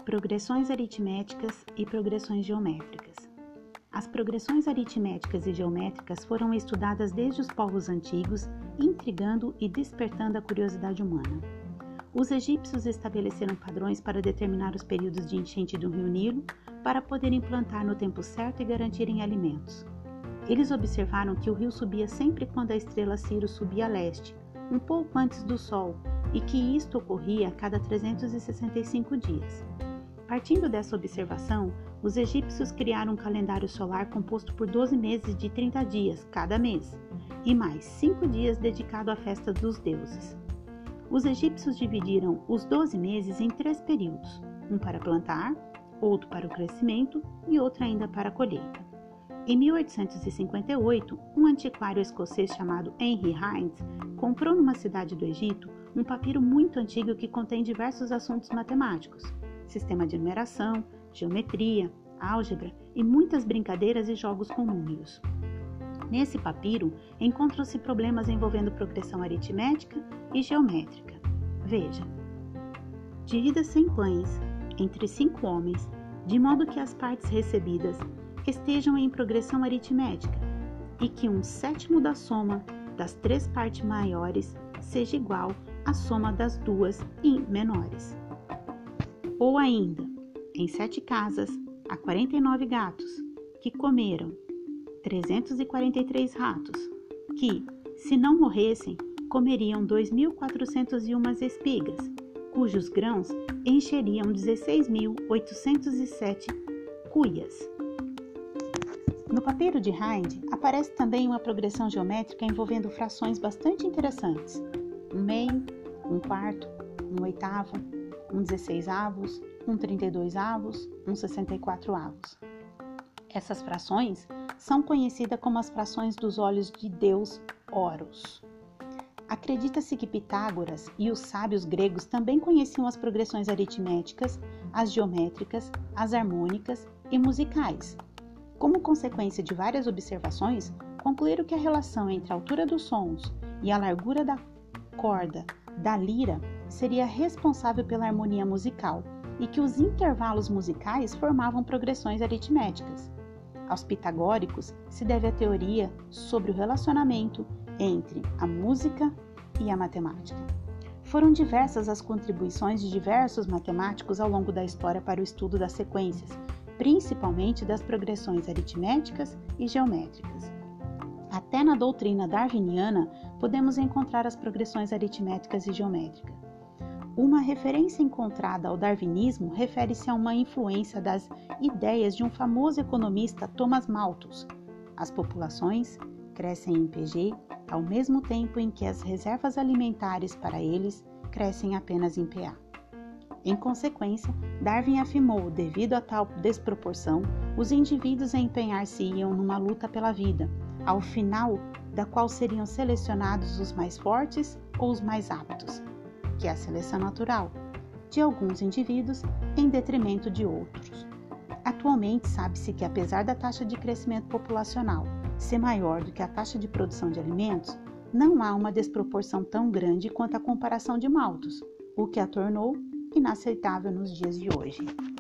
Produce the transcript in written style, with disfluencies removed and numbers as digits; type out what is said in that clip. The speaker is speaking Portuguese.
Progressões aritméticas e progressões geométricas. As progressões aritméticas e geométricas foram estudadas desde os povos antigos, intrigando e despertando a curiosidade humana. Os egípcios estabeleceram padrões para determinar os períodos de enchente do rio Nilo, para poderem plantar no tempo certo e garantirem alimentos. Eles observaram que o rio subia sempre quando a estrela Sirius subia a leste, um pouco antes do Sol, e que isto ocorria a cada 365 dias. Partindo dessa observação, os egípcios criaram um calendário solar composto por 12 meses de 30 dias cada mês, e mais 5 dias dedicado à festa dos deuses. Os egípcios dividiram os 12 meses em 3 períodos, um para plantar, outro para o crescimento e outro ainda para a colheita. Em 1858, um antiquário escocês chamado Henry Hines comprou numa cidade do Egito um papiro muito antigo que contém diversos assuntos matemáticos, sistema de numeração, geometria, álgebra e muitas brincadeiras e jogos com números. Nesse papiro, encontram-se problemas envolvendo progressão aritmética e geométrica. Veja: divida 100 pães entre 5 homens, de modo que as partes recebidas estejam em progressão aritmética e que 1/7 da soma das 3 partes maiores seja igual à soma das 2 menores. Ou ainda, em 7 casas, há 49 gatos, que comeram 343 ratos, que, se não morressem, comeriam 2.401 espigas, cujos grãos encheriam 16.807 cuias. No papiro de Hind aparece também uma progressão geométrica envolvendo frações bastante interessantes: 1/2, 1/4, 1/8, 1/16, 1/32, 1/64. Essas frações são conhecidas como as frações dos olhos de Deus Horus. Acredita-se que Pitágoras e os sábios gregos também conheciam as progressões aritméticas, as geométricas, as harmônicas e musicais. Como consequência de várias observações, concluíram que a relação entre a altura dos sons e a largura da corda da lira seria responsável pela harmonia musical e que os intervalos musicais formavam progressões aritméticas. Aos pitagóricos se deve a teoria sobre o relacionamento entre a música e a matemática. Foram diversas as contribuições de diversos matemáticos ao longo da história para o estudo das sequências, principalmente das progressões aritméticas e geométricas. Até na doutrina darwiniana podemos encontrar as progressões aritméticas e geométricas. Uma referência encontrada ao darwinismo refere-se a uma influência das ideias de um famoso economista Thomas Malthus. As populações crescem em PG ao mesmo tempo em que as reservas alimentares para eles crescem apenas em PA. Em consequência, Darwin afirmou, devido a tal desproporção, os indivíduos empenhar-se-iam numa luta pela vida, ao final da qual seriam selecionados os mais fortes ou os mais aptos, que é a seleção natural, de alguns indivíduos em detrimento de outros. Atualmente, sabe-se que apesar da taxa de crescimento populacional ser maior do que a taxa de produção de alimentos, não há uma desproporção tão grande quanto a comparação de Malthus, o que a tornou inaceitável nos dias de hoje.